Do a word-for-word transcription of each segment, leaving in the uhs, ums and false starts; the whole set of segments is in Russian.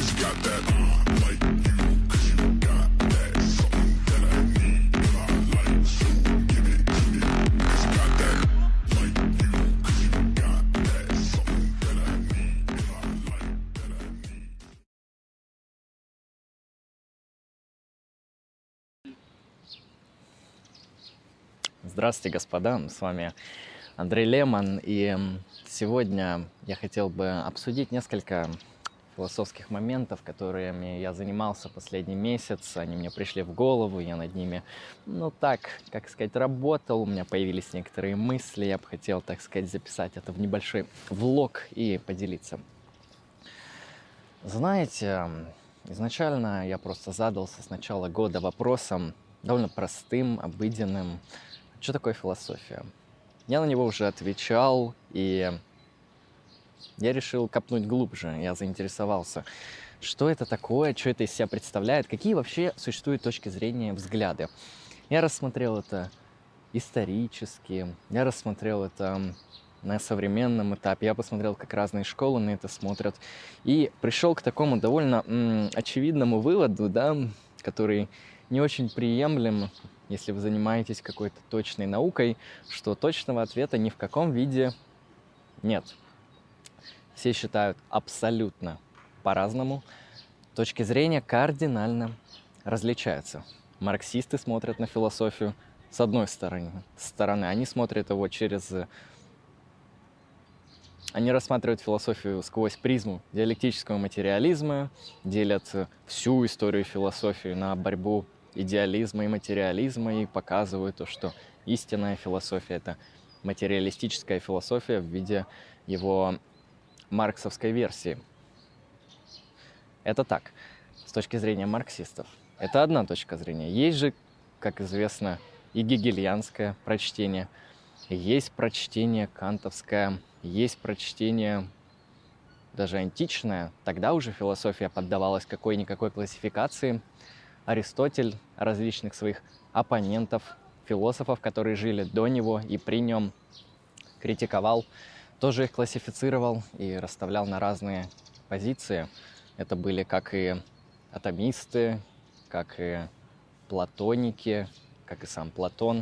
Здравствуйте, господа, с вами Андрей Лемон, и сегодня я хотел бы обсудить несколько философских моментов, которыми я занимался последний месяц. Они мне пришли в голову, я над ними, ну так, как сказать, работал, у меня появились некоторые мысли, я бы хотел, так сказать, записать это в небольшой влог и поделиться. Знаете, изначально я просто задался с начала года вопросом довольно простым, обыденным: что такое философия? Я на него уже отвечал, и я решил копнуть глубже. Я заинтересовался, что это такое, что это из себя представляет, какие вообще существуют точки зрения, взгляды. Я рассмотрел это исторически, я рассмотрел это на современном этапе, я посмотрел, как разные школы на это смотрят, и пришел к такому довольно м, очевидному выводу, да, который не очень приемлем, если вы занимаетесь какой-то точной наукой, что точного ответа ни в каком виде нет. Все считают абсолютно по-разному. Точки зрения кардинально различаются. Марксисты смотрят на философию с одной стороны. стороны. Они смотрят его через... Они рассматривают философию сквозь призму диалектического материализма, делят всю историю философии на борьбу идеализма и материализма и показывают то, что истинная философия — это материалистическая философия в виде его марксовской версии. Это так, с точки зрения марксистов. Это одна точка зрения. Есть же, как известно, и гегельянское прочтение, есть прочтение кантовское, есть прочтение даже античное. Тогда уже философия поддавалась какой-никакой классификации. Аристотель различных своих оппонентов, философов, которые жили до него и при нем, критиковал, тоже их классифицировал и расставлял на разные позиции. Это были как и атомисты, как и платоники, как и сам Платон.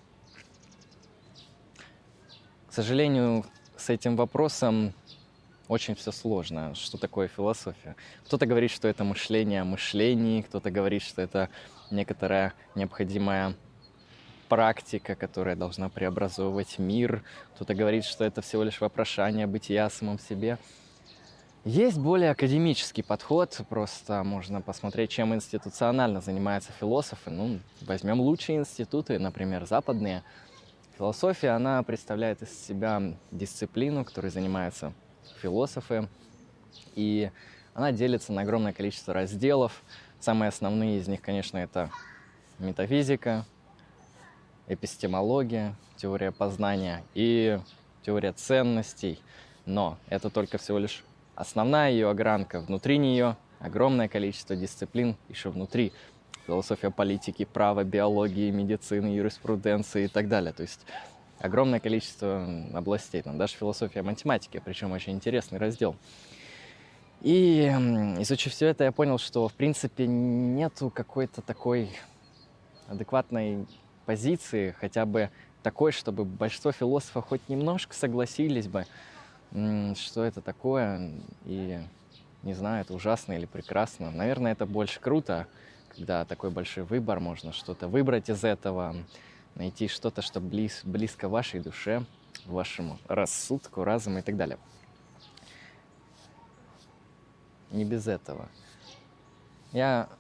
К сожалению, с этим вопросом очень все сложно. Что такое философия? Кто-то говорит, что это мышление о мышлении, кто-то говорит, что это некоторая необходимая практика, которая должна преобразовывать мир. Кто-то говорит, что это всего лишь вопрошание бытия о самом себе. Есть более академический подход, просто можно посмотреть, чем институционально занимаются философы. Ну, возьмем лучшие институты, например, западные. Философия, она представляет из себя дисциплину, которой занимаются философы, и она делится на огромное количество разделов. Самые основные из них, конечно, это метафизика, эпистемология, теория познания и теория ценностей. Но это только всего лишь основная ее огранка. Внутри нее огромное количество дисциплин еще внутри. Философия политики, права, биологии, медицины, юриспруденции и так далее. То есть огромное количество областей. Там даже философия математики, причем очень интересный раздел. И изучив все это, я понял, что в принципе нету какой-то такой адекватной позиции, хотя бы такой, чтобы большинство философов хоть немножко согласились бы, что это такое, и не знаю, это ужасно или прекрасно. Наверное, это больше круто, когда такой большой выбор, можно что-то выбрать из этого, найти что-то, что близ, близко вашей душе, вашему рассудку, разуму и так далее. Не без этого. Я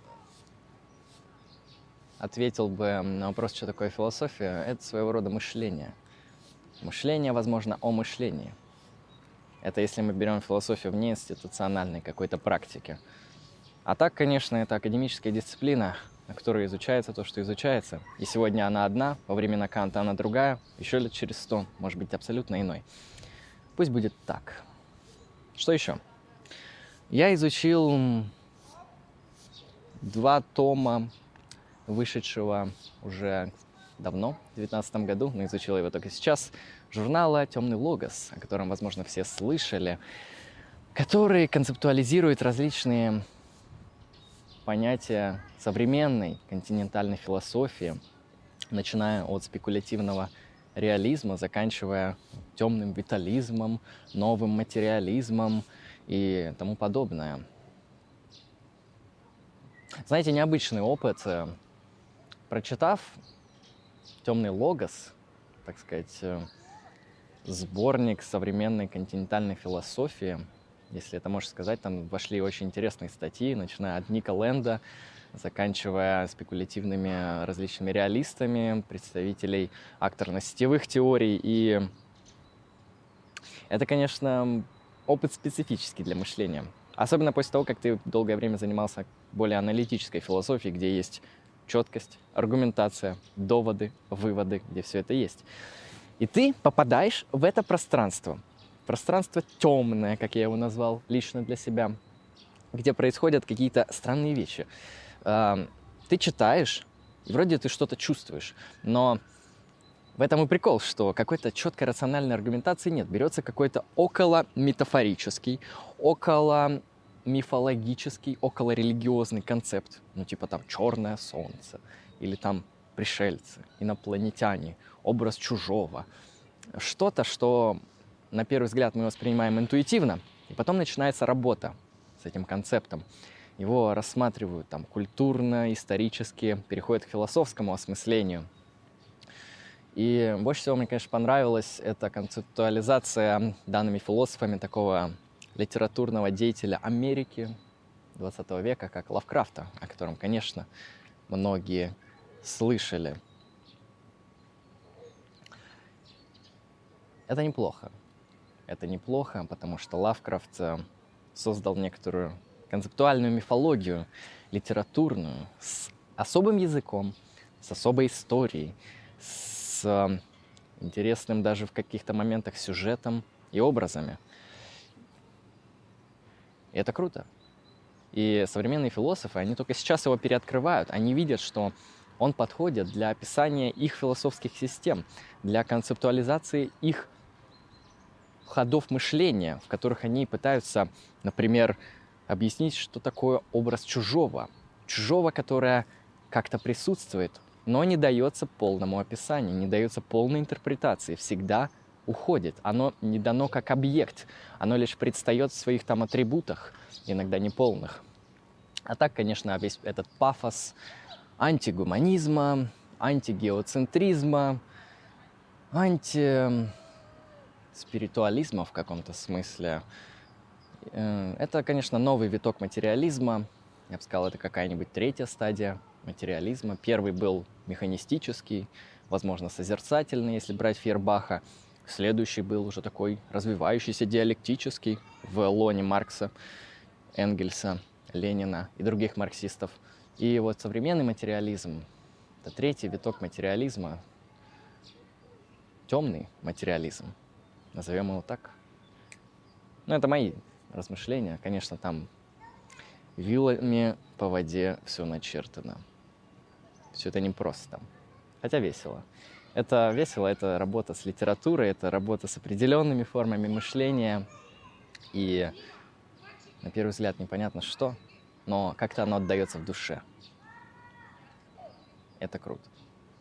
ответил бы на вопрос, что такое философия. Это своего рода мышление. Мышление, возможно, о мышлении. Это если мы берем философию вне институциональной какой-то практики. А так, конечно, это академическая дисциплина, на которой изучается то, что изучается. И сегодня она одна, во времена Канта она другая, еще лет через сто, может быть, абсолютно иной. Пусть будет так. Что еще? Я изучил два тома вышедшего уже давно, в две тысячи девятнадцатом году, но изучил его только сейчас, журнала «Темный логос», о котором, возможно, все слышали. который концептуализирует различные понятия современной континентальной философии, начиная от спекулятивного реализма, заканчивая темным витализмом, новым материализмом и тому подобное. Знаете, необычный опыт. Прочитав «Темный логос», так сказать, сборник современной континентальной философии, если это можно сказать, там вошли очень интересные статьи, начиная от Ника Ленда, заканчивая спекулятивными различными реалистами, представителей акторно-сетевых теорий. И это, конечно, опыт специфический для мышления. Особенно после того, как ты долгое время занимался более аналитической философией, где есть четкость, аргументация, доводы, выводы, где все это есть. И ты попадаешь в это пространство. Пространство темное, как я его назвал лично для себя, где происходят какие-то странные вещи. Ты читаешь, и вроде ты что-то чувствуешь, но в этом и прикол, что какой-то четкой рациональной аргументации нет. Берется какой-то около метафорический, около мифологический, около религиозный концепт, ну типа там черное солнце, или там пришельцы, инопланетяне, образ чужого. Что-то, что на первый взгляд мы воспринимаем интуитивно, и потом начинается работа с этим концептом. Его рассматривают там культурно, исторически, переходят к философскому осмыслению. И больше всего мне, конечно, понравилась эта концептуализация данными философами такого литературного деятеля Америки двадцатого века, как Лавкрафта, о котором, конечно, многие слышали. Это неплохо. Это неплохо, потому что Лавкрафт создал некоторую концептуальную мифологию, литературную, с особым языком, с особой историей, с интересным даже в каких-то моментах сюжетом и образами. И это круто. И современные философы, они только сейчас его переоткрывают. Они видят, что он подходит для описания их философских систем, для концептуализации их ходов мышления, в которых они пытаются, например, объяснить, что такое образ чужого. Чужого, которое как-то присутствует, но не дается полному описанию, не дается полной интерпретации, всегда уходит. Оно не дано как объект, оно лишь предстает в своих там атрибутах, иногда неполных. А так, конечно, весь этот пафос антигуманизма, антигеоцентризма, антиспиритуализма в каком-то смысле. Это, конечно, новый виток материализма. Я бы сказал, это какая-нибудь третья стадия материализма. Первый был механистический, возможно, созерцательный, если брать Фейербаха. Следующий был уже такой развивающийся, диалектический в лоне Маркса, Энгельса, Ленина и других марксистов. И вот современный материализм — это третий виток материализма, темный материализм, назовем его так. Ну, это мои размышления. Конечно, там вилами по воде все начертано. Все это непросто, хотя весело. Это весело, это работа с литературой, это работа с определенными формами мышления. И на первый взгляд непонятно что, но как-то оно отдается в душе. Это круто.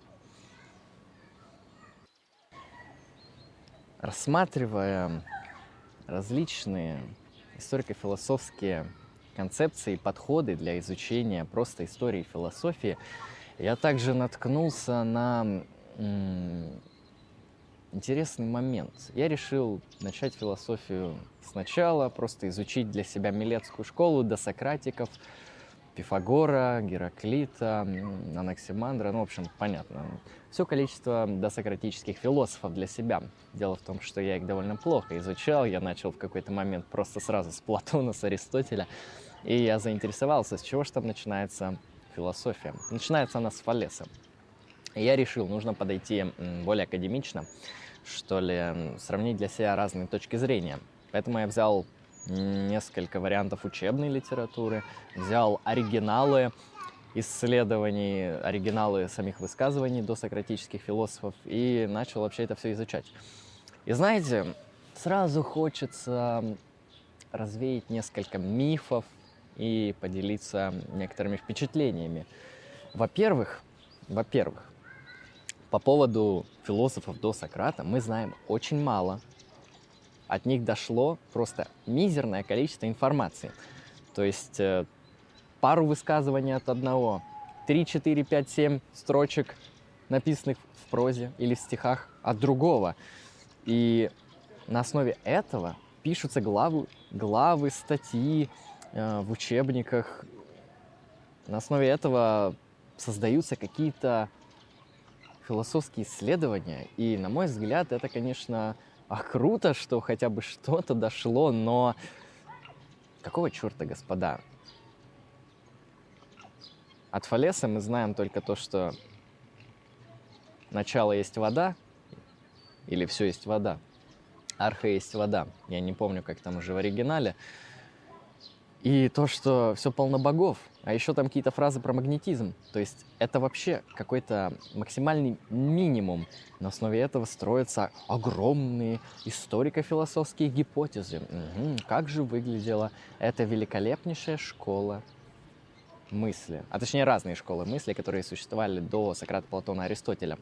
Рассматривая различные историко-философские концепции и подходы для изучения просто истории и философии, я также наткнулся на м- интересный момент. Я решил начать философию сначала, просто изучить для себя Милетскую школу, досократиков, Пифагора, Гераклита, Анаксимандра, ну, в общем, понятно. Все количество досократических философов для себя. Дело в том, что я их довольно плохо изучал. Я начал в какой-то момент просто сразу с Платона, с Аристотеля. И я заинтересовался, с чего же там начинается философия. Начинается она с Фалеса. И я решил, нужно подойти более академично, что ли, сравнить для себя разные точки зрения. Поэтому я взял несколько вариантов учебной литературы, взял оригиналы исследований, оригиналы самих высказываний досократических философов и начал вообще это все изучать. И знаете, сразу хочется развеять несколько мифов и поделиться некоторыми впечатлениями. Во-первых, во-первых, по поводу философов до Сократа мы знаем очень мало. От них дошло просто мизерное количество информации. То есть э, пару высказываний от одного, три, четыре, пять, семь строчек, написанных в прозе или в стихах от другого. И на основе этого пишутся главы, главы статьи э, в учебниках. На основе этого создаются какие-то философские исследования. И, на мой взгляд, это, конечно, а круто, что хотя бы что-то дошло, но какого черта, господа? От Фалеса мы знаем только то, что начало есть вода, или все есть вода. Арха есть вода. Я не помню, как там уже в оригинале. И то, что все полно богов. А еще там какие-то фразы про магнетизм. То есть это вообще какой-то максимальный минимум. На основе этого строятся огромные историко-философские гипотезы. Угу. Как же выглядела эта великолепнейшая школа мысли. А точнее разные школы мысли, которые существовали до Сократа, Платона, Аристотеля.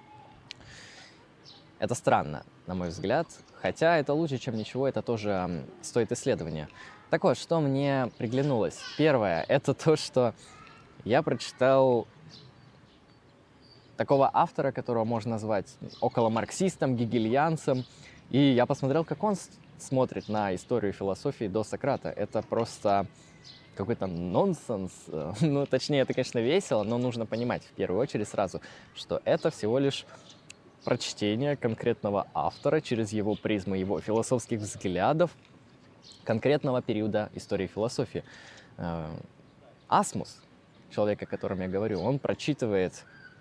Это странно, на мой взгляд. Хотя это лучше, чем ничего, это тоже стоит исследования. Так вот, что мне приглянулось? Первое, это то, что я прочитал такого автора, которого можно назвать околомарксистом, гегельянцем. И я посмотрел, как он смотрит на историю философии до Сократа. Это просто какой-то нонсенс. Ну, точнее, это, конечно, весело, но нужно понимать в первую очередь сразу, что это всего лишь прочтение конкретного автора через его призму, его философских взглядов конкретного периода истории философии. Асмус, человек, о котором я говорю, он прочитывает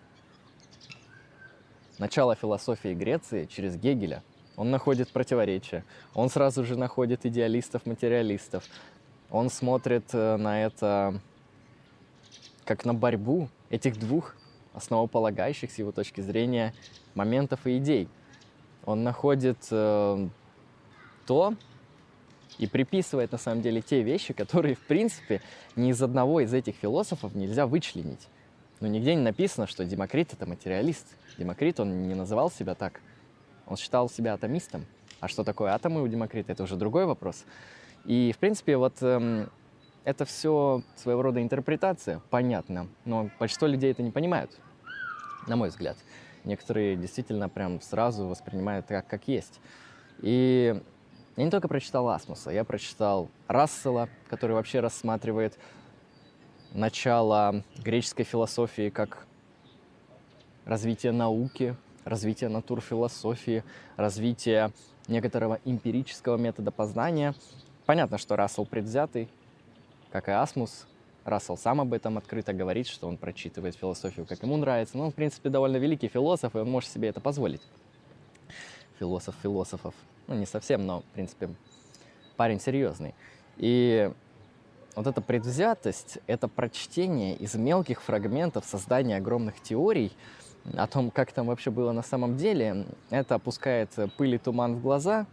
начало философии Греции через Гегеля. Он находит противоречия, он сразу же находит идеалистов, материалистов. Он смотрит на это как на борьбу этих двух основополагающих с его точки зрения моментов и идей. Он находит э, то и приписывает на самом деле те вещи, которые, в принципе, ни из одного из этих философов нельзя вычленить. Но нигде не написано, что Демокрит — это материалист. Демокрит, он не называл себя так. Он считал себя атомистом. А что такое атомы у Демокрита, это уже другой вопрос. И, в принципе, вот эм, это все своего рода интерпретация, понятно, но большинство людей это не понимают, на мой взгляд. Некоторые действительно прям сразу воспринимают так, как есть. И я не только прочитал Асмуса, я прочитал Рассела, который вообще рассматривает начало греческой философии как развитие науки, развитие натурфилософии, развитие некоторого эмпирического метода познания. Понятно, что Рассел предвзятый, как и Асмус. Рассел сам об этом открыто говорит, что он прочитывает философию, как ему нравится. Но он, в принципе, довольно великий философ, и он может себе это позволить. Философ философов. Ну, не совсем, но, в принципе, парень серьезный. И вот эта предвзятость, это прочтение из мелких фрагментов создания огромных теорий о том, как там вообще было на самом деле, это опускает пыль и туман в глаза.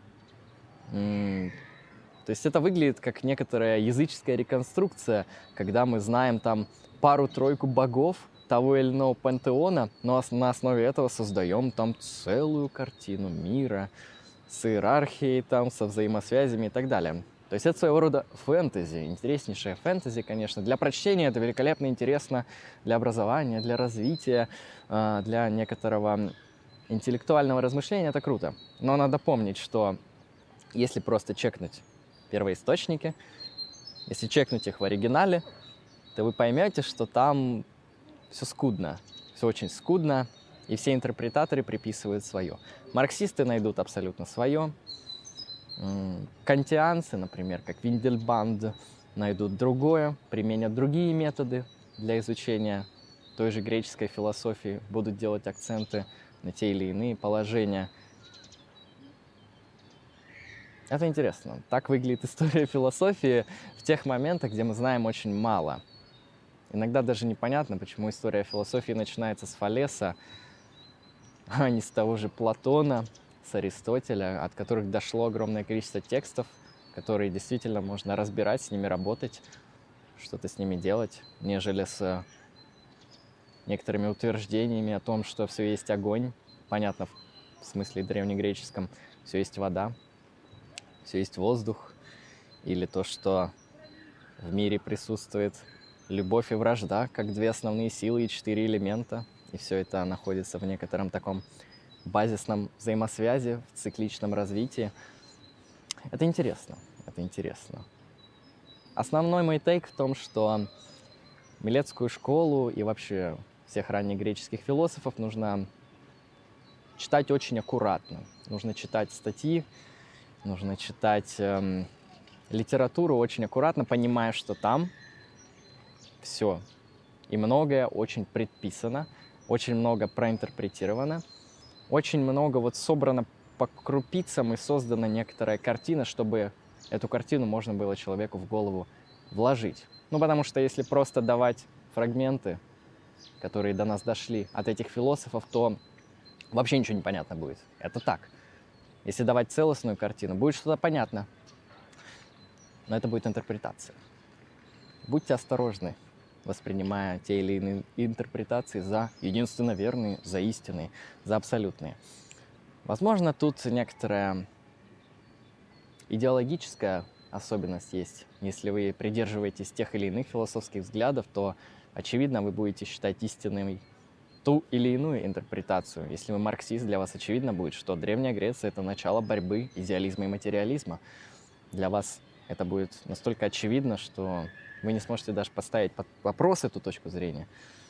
То есть это выглядит как некоторая языческая реконструкция, когда мы знаем там пару-тройку богов того или иного пантеона, но на основе этого создаем там целую картину мира с иерархией, там, со взаимосвязями и так далее. То есть это своего рода фэнтези, интереснейшее фэнтези, конечно. Для прочтения это великолепно интересно, для образования, для развития, для некоторого интеллектуального размышления это круто. Но надо помнить, что если просто чекнуть первоисточники, если чекнуть их в оригинале, то вы поймете, что там все скудно, все очень скудно, и все интерпретаторы приписывают свое. Марксисты найдут абсолютно свое. Кантианцы, например, как Виндельбанд, найдут другое, применят другие методы для изучения той же греческой философии, будут делать акценты на те или иные положения. Это интересно. Так выглядит история философии в тех моментах, где мы знаем очень мало. Иногда даже непонятно, почему история философии начинается с Фалеса, а не с того же Платона, с Аристотеля, от которых дошло огромное количество текстов которые действительно можно разбирать, с ними работать, что-то с ними делать, нежели с некоторыми утверждениями о том, что все есть огонь, понятно, в смысле древнегреческом, все есть вода, все есть воздух, или то, что в мире присутствует любовь и вражда, как две основные силы и четыре элемента, и все это находится в некотором таком базисном взаимосвязи, в цикличном развитии. Это интересно, это интересно. Основной мой тейк в том, что Милетскую школу и вообще всех ранних греческих философов нужно читать очень аккуратно. Нужно читать статьи, нужно читать эм, литературу очень аккуратно, понимая, что там все и многое очень предписано, очень много проинтерпретировано, очень много вот собрано по крупицам и создана некоторая картина, чтобы эту картину можно было человеку в голову вложить. Ну, потому что если просто давать фрагменты, которые до нас дошли от этих философов, то вообще ничего не понятно будет. Это так. Если давать целостную картину, будет что-то понятно, но это будет интерпретация. Будьте осторожны, воспринимая те или иные интерпретации за единственно верные, за истинные, за абсолютные. Возможно, тут некоторая идеологическая особенность есть. Если вы придерживаетесь тех или иных философских взглядов, то, очевидно, вы будете считать истинной ту или иную интерпретацию. Если вы марксист, для вас очевидно будет, что Древняя Греция — это начало борьбы идеализма и материализма. Для вас это будет настолько очевидно, что вы не сможете даже поставить под вопрос эту точку зрения.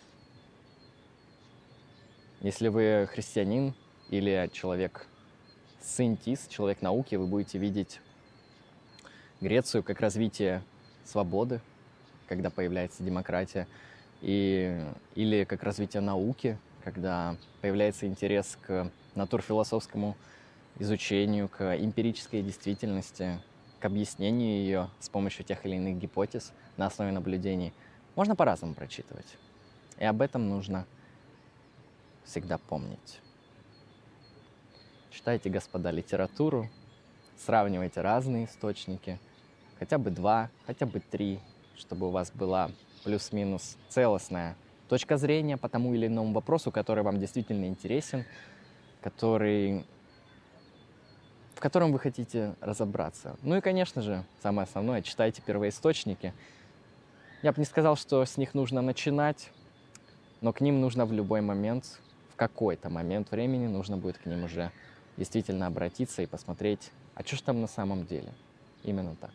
Если вы христианин или человек сcientist, человек науки, вы будете видеть Грецию как развитие свободы, когда появляется демократия, и, или как развитие науки, когда появляется интерес к натурфилософскому изучению, к эмпирической действительности, к объяснению ее с помощью тех или иных гипотез на основе наблюдений. Можно по-разному прочитывать. И об этом нужно всегда помнить. Читайте, господа, литературу, сравнивайте разные источники, хотя бы два, хотя бы три, чтобы у вас была плюс-минус целостная точка зрения по тому или иному вопросу, который вам действительно интересен, который, в котором вы хотите разобраться. Ну и, конечно же, самое основное, читайте первоисточники. Я бы не сказал, что с них нужно начинать, но к ним нужно в любой момент, в какой-то момент времени нужно будет к ним уже действительно обратиться и посмотреть, а что ж там на самом деле. Именно так.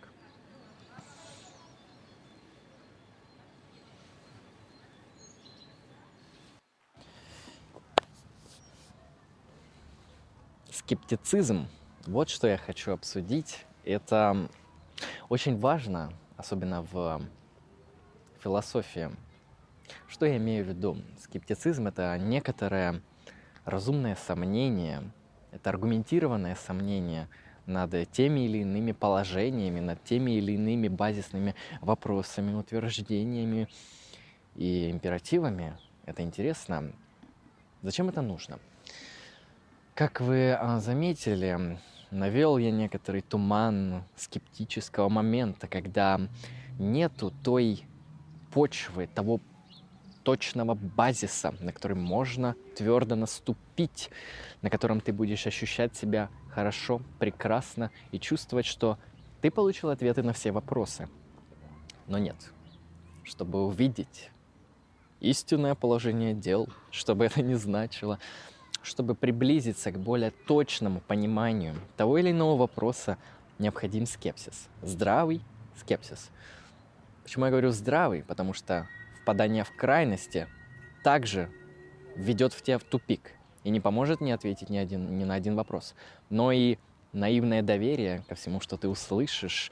Скептицизм. Вот что я хочу обсудить. Это очень важно, особенно в философии. Что я имею в виду? Скептицизм — это некоторое разумное сомнение, это аргументированное сомнение над теми или иными положениями, над теми или иными базисными вопросами, утверждениями и императивами. Это интересно. Зачем это нужно? Как вы а, заметили, навел я некоторый туман скептического момента, когда нету той почвы, того точного базиса, на который можно твердо наступить, на котором ты будешь ощущать себя хорошо, прекрасно и чувствовать, что ты получил ответы на все вопросы. Но нет. Чтобы увидеть истинное положение дел, что бы это ни значило, чтобы приблизиться к более точному пониманию того или иного вопроса, необходим скепсис. Здравый скепсис. Почему я говорю здравый? Потому что впадание в крайности также введет в тебя в тупик и не поможет не ответить ни, один, ни на один вопрос. Но и наивное доверие ко всему, что ты услышишь,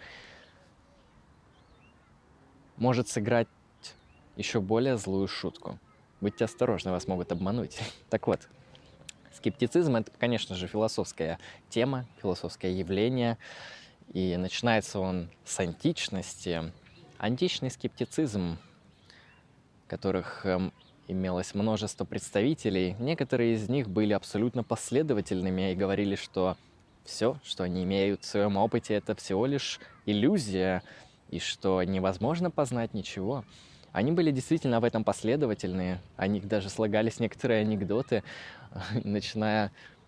может сыграть еще более злую шутку. Будьте осторожны, вас могут обмануть. Так вот, скептицизм — это, конечно же, философская тема, философское явление, и начинается он с античности. Античный скептицизм, которых эм, имелось множество представителей, некоторые из них были абсолютно последовательными и говорили, что все, что они имеют в своем опыте, это всего лишь иллюзия, и что невозможно познать ничего. Они были действительно в этом последовательные, о них даже слагались некоторые анекдоты, начиная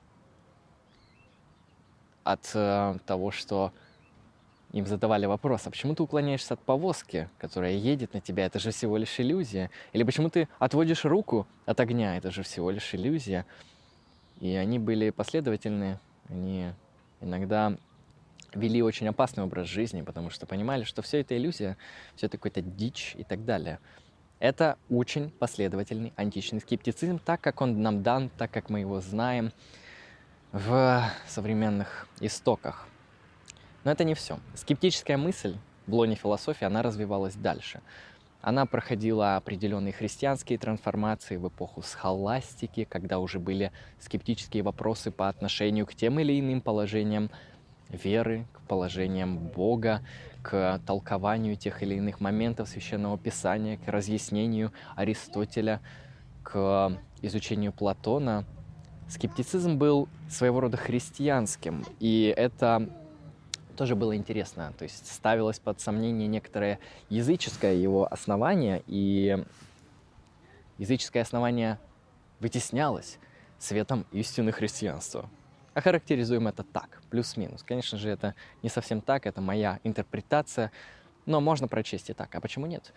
от э, того, что им задавали вопрос: а почему ты уклоняешься от повозки, которая едет на тебя, это же всего лишь иллюзия? Или почему ты отводишь руку от огня, это же всего лишь иллюзия? И они были последовательны, они иногда вели очень опасный образ жизни, потому что понимали, что все это иллюзия, все это какая-то дичь и так далее. Это очень последовательный античный скептицизм, так как он нам дан, так как мы его знаем в современных истоках. Но это не все. Скептическая мысль в лоне философии, она развивалась дальше. Она проходила определенные христианские трансформации в эпоху схоластики, когда уже были скептические вопросы по отношению к тем или иным положениям веры, к положениям Бога, к толкованию тех или иных моментов Священного Писания, к разъяснению Аристотеля, к изучению Платона. Скептицизм был своего рода христианским, и это тоже было интересно. То есть ставилось под сомнение некоторое языческое его основание, и языческое основание вытеснялось светом истины христианства. Охарактеризуем это так, плюс-минус. Конечно же, это не совсем так, это моя интерпретация, но можно прочесть и так. А почему нет?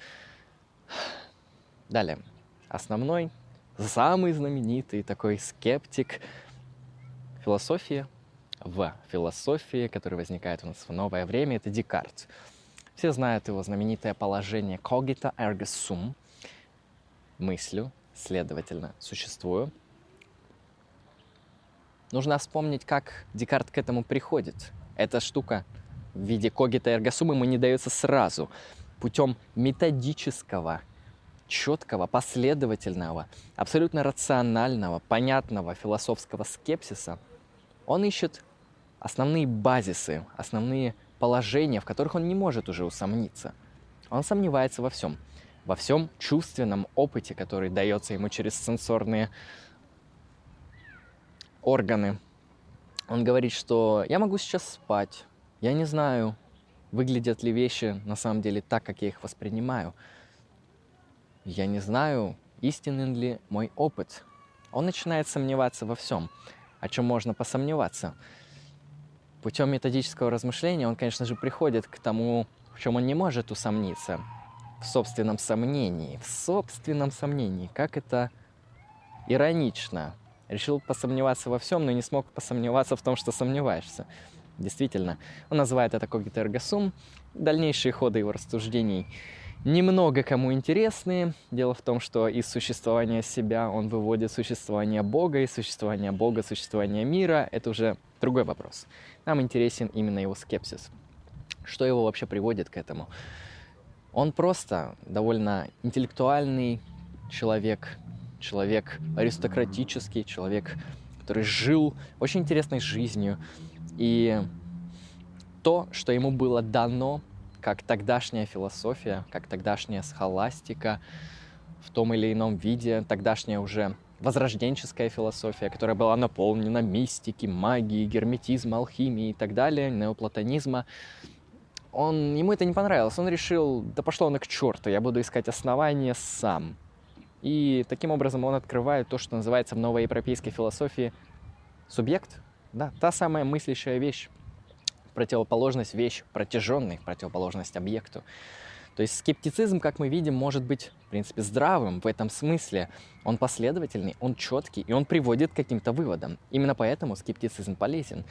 Далее. Основной, самый знаменитый такой скептик философии, в философии, который возникает у нас в новое время, это Декарт. Все знают его знаменитое положение «cogito ergo sum» – мыслю, следовательно, существую. Нужно вспомнить, как Декарт к этому приходит. Эта штука в виде «cogito ergo sum» ему не дается сразу. Путем методического, четкого, последовательного, абсолютно рационального, понятного философского скепсиса он ищет основные базисы, основные положения, в которых он не может уже усомниться. Он сомневается во всем. Во всем чувственном опыте, который дается ему через сенсорные органы. Он говорит, что я могу сейчас спать, я не знаю, выглядят ли вещи на самом деле так, как я их воспринимаю. Я не знаю, истинен ли мой опыт. Он начинает сомневаться во всем, о чем можно посомневаться. Путем методического размышления он, конечно же, приходит к тому, в чем он не может усомниться, в собственном сомнении. В собственном сомнении. Как это иронично. Решил посомневаться во всем, но не смог посомневаться в том, что сомневаешься. Действительно, он называет это «cogito ergo sum». Дальнейшие ходы его рассуждений немного кому интересны. Дело в том, что из существования себя он выводит существование Бога, из существования Бога существование мира. Это уже другой вопрос. Нам интересен именно его скепсис. Что его вообще приводит к этому? Он просто довольно интеллектуальный человек, человек аристократический, человек, который жил очень интересной жизнью. И то, что ему было дано, как тогдашняя философия, как тогдашняя схоластика в том или ином виде, тогдашняя уже возрожденческая философия, которая была наполнена мистики, магией, герметизма, алхимией и так далее, неоплатонизма, он, ему это не понравилось. Он решил, да пошло оно к черту, я буду искать основания сам. И таким образом он открывает то, что называется в новоевропейской философии субъект. Да, та самая мыслящая вещь, противоположность вещь протяженной, противоположность объекту. То есть скептицизм, как мы видим, может быть, в принципе, здравым в этом смысле. Он последовательный, он четкий, и он приводит к каким-то выводам. Именно поэтому скептицизм полезен.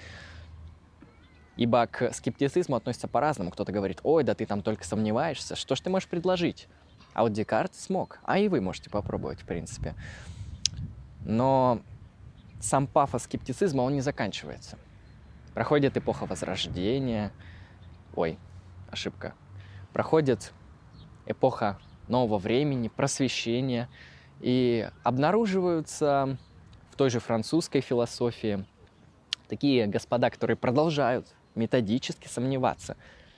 Ибо к скептицизму относятся по-разному. Кто-то говорит: ой, да ты там только сомневаешься, что ж ты можешь предложить? А вот Декарт смог, а и вы можете попробовать, в принципе. Но сам пафос скептицизма, он не заканчивается. Проходит эпоха Возрождения, ой, ошибка, проходит эпоха нового времени, просвещения, и обнаруживаются в той же французской философии такие господа, которые продолжают методически сомневаться.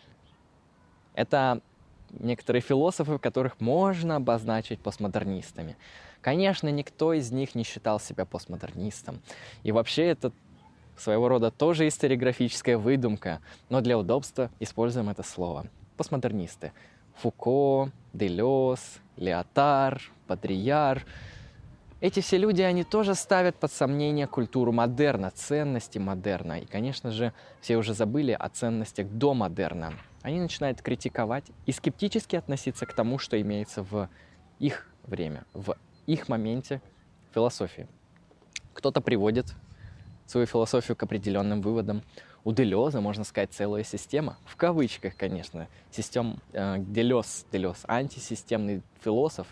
Это некоторые философы, которых можно обозначить постмодернистами. Конечно, никто из них не считал себя постмодернистом. И вообще это своего рода тоже историографическая выдумка, но для удобства используем это слово. Постмодернисты. Фуко, Делез, Леотар, Бодрияр. Эти все люди, они тоже ставят под сомнение культуру модерна, ценности модерна. И, конечно же, все уже забыли о ценностях до модерна. Они начинают критиковать и скептически относиться к тому, что имеется в их время, в их моменте философии. Кто-то приводит свою философию к определенным выводам. У Делеза, можно сказать, целая система, в кавычках, конечно, систем э, Делез, Делез, антисистемный философ.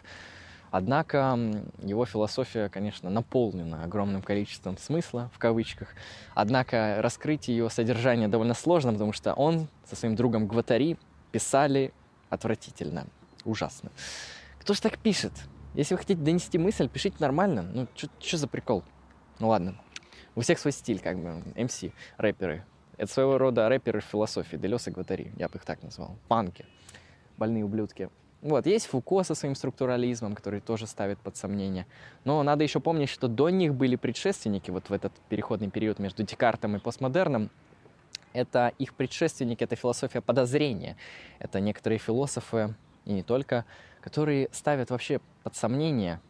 Однако его философия, конечно, наполнена огромным количеством смысла, в кавычках. Однако раскрыть ее содержание довольно сложно, потому что он со своим другом Гваттари писали отвратительно, ужасно. Кто ж так пишет? Если вы хотите донести мысль, пишите нормально. Ну, что за прикол? Ну ладно. У всех свой стиль, как бы, эм си, рэперы. Это своего рода рэперы философии, Делез и Гваттари, я бы их так назвал. Панки, больные ублюдки. Вот, есть Фуко со своим структурализмом, который тоже ставит под сомнение. Но надо еще помнить, что до них были предшественники, вот в этот переходный период между Декартом и постмодерном. Это их предшественники, это философия подозрения. Это некоторые философы, и не только, которые ставят вообще под сомнение,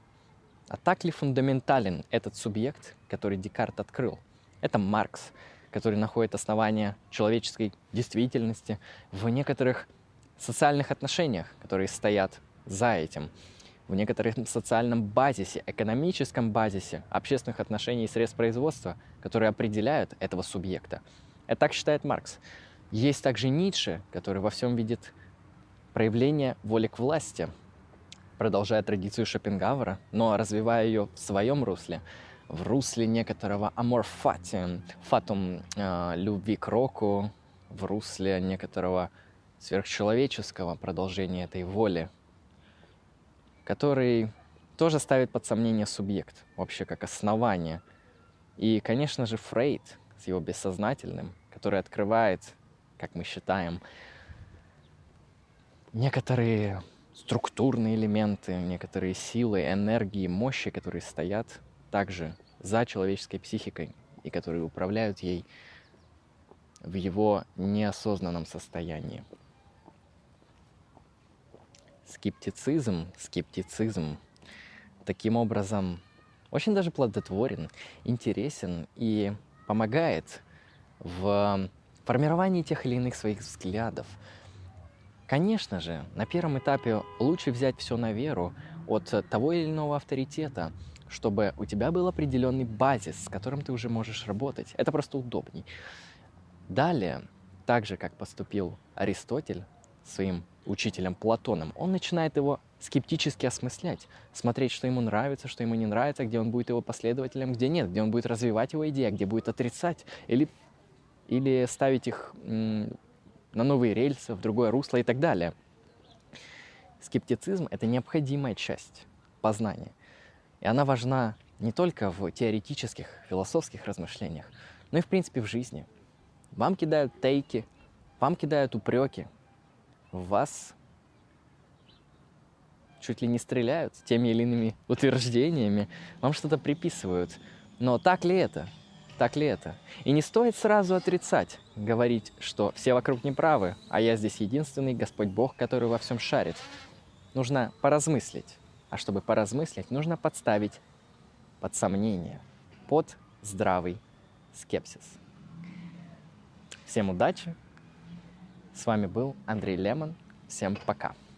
а так ли фундаментален этот субъект, который Декарт открыл. Это Маркс, который находит основания человеческой действительности в некоторых социальных отношениях, которые стоят за этим, в некотором социальном базисе, экономическом базисе общественных отношений и средств производства, которые определяют этого субъекта. Это так считает Маркс. Есть также Ницше, который во всем видит проявление воли к власти, продолжая традицию Шопенгауэра, но развивая ее в своем русле, в русле некоторого amor fati, фатум э, любви к року, в русле некоторого сверхчеловеческого продолжения этой воли, который тоже ставит под сомнение субъект, вообще как основание. И, конечно же, Фрейд с его бессознательным, который открывает, как мы считаем, некоторые структурные элементы, некоторые силы, энергии, мощи, которые стоят также за человеческой психикой и которые управляют ей в его неосознанном состоянии. Скептицизм, скептицизм таким образом очень даже плодотворен, интересен и помогает в формировании тех или иных своих взглядов. Конечно же, на первом этапе лучше взять все на веру от того или иного авторитета, чтобы у тебя был определенный базис, с которым ты уже можешь работать. Это просто удобней. Далее, так же, как поступил Аристотель своим учителем Платоном, он начинает его скептически осмыслять, смотреть, что ему нравится, что ему не нравится, где он будет его последователем, где нет, где он будет развивать его идеи, а где будет отрицать или, или ставить их м, на новые рельсы, в другое русло и так далее. Скептицизм — это необходимая часть познания. И она важна не только в теоретических, философских размышлениях, но и, в принципе, в жизни. Вам кидают тейки, вам кидают упреки, в вас чуть ли не стреляют теми или иными утверждениями, вам что-то приписывают. Но так ли это? Так ли это? И не стоит сразу отрицать, говорить, что все вокруг неправы, а я здесь единственный Господь Бог, который во всем шарит. Нужно поразмыслить. А чтобы поразмыслить, нужно подставить под сомнение, под здравый скепсис. Всем удачи! С вами был Андрей Лемон. Всем пока!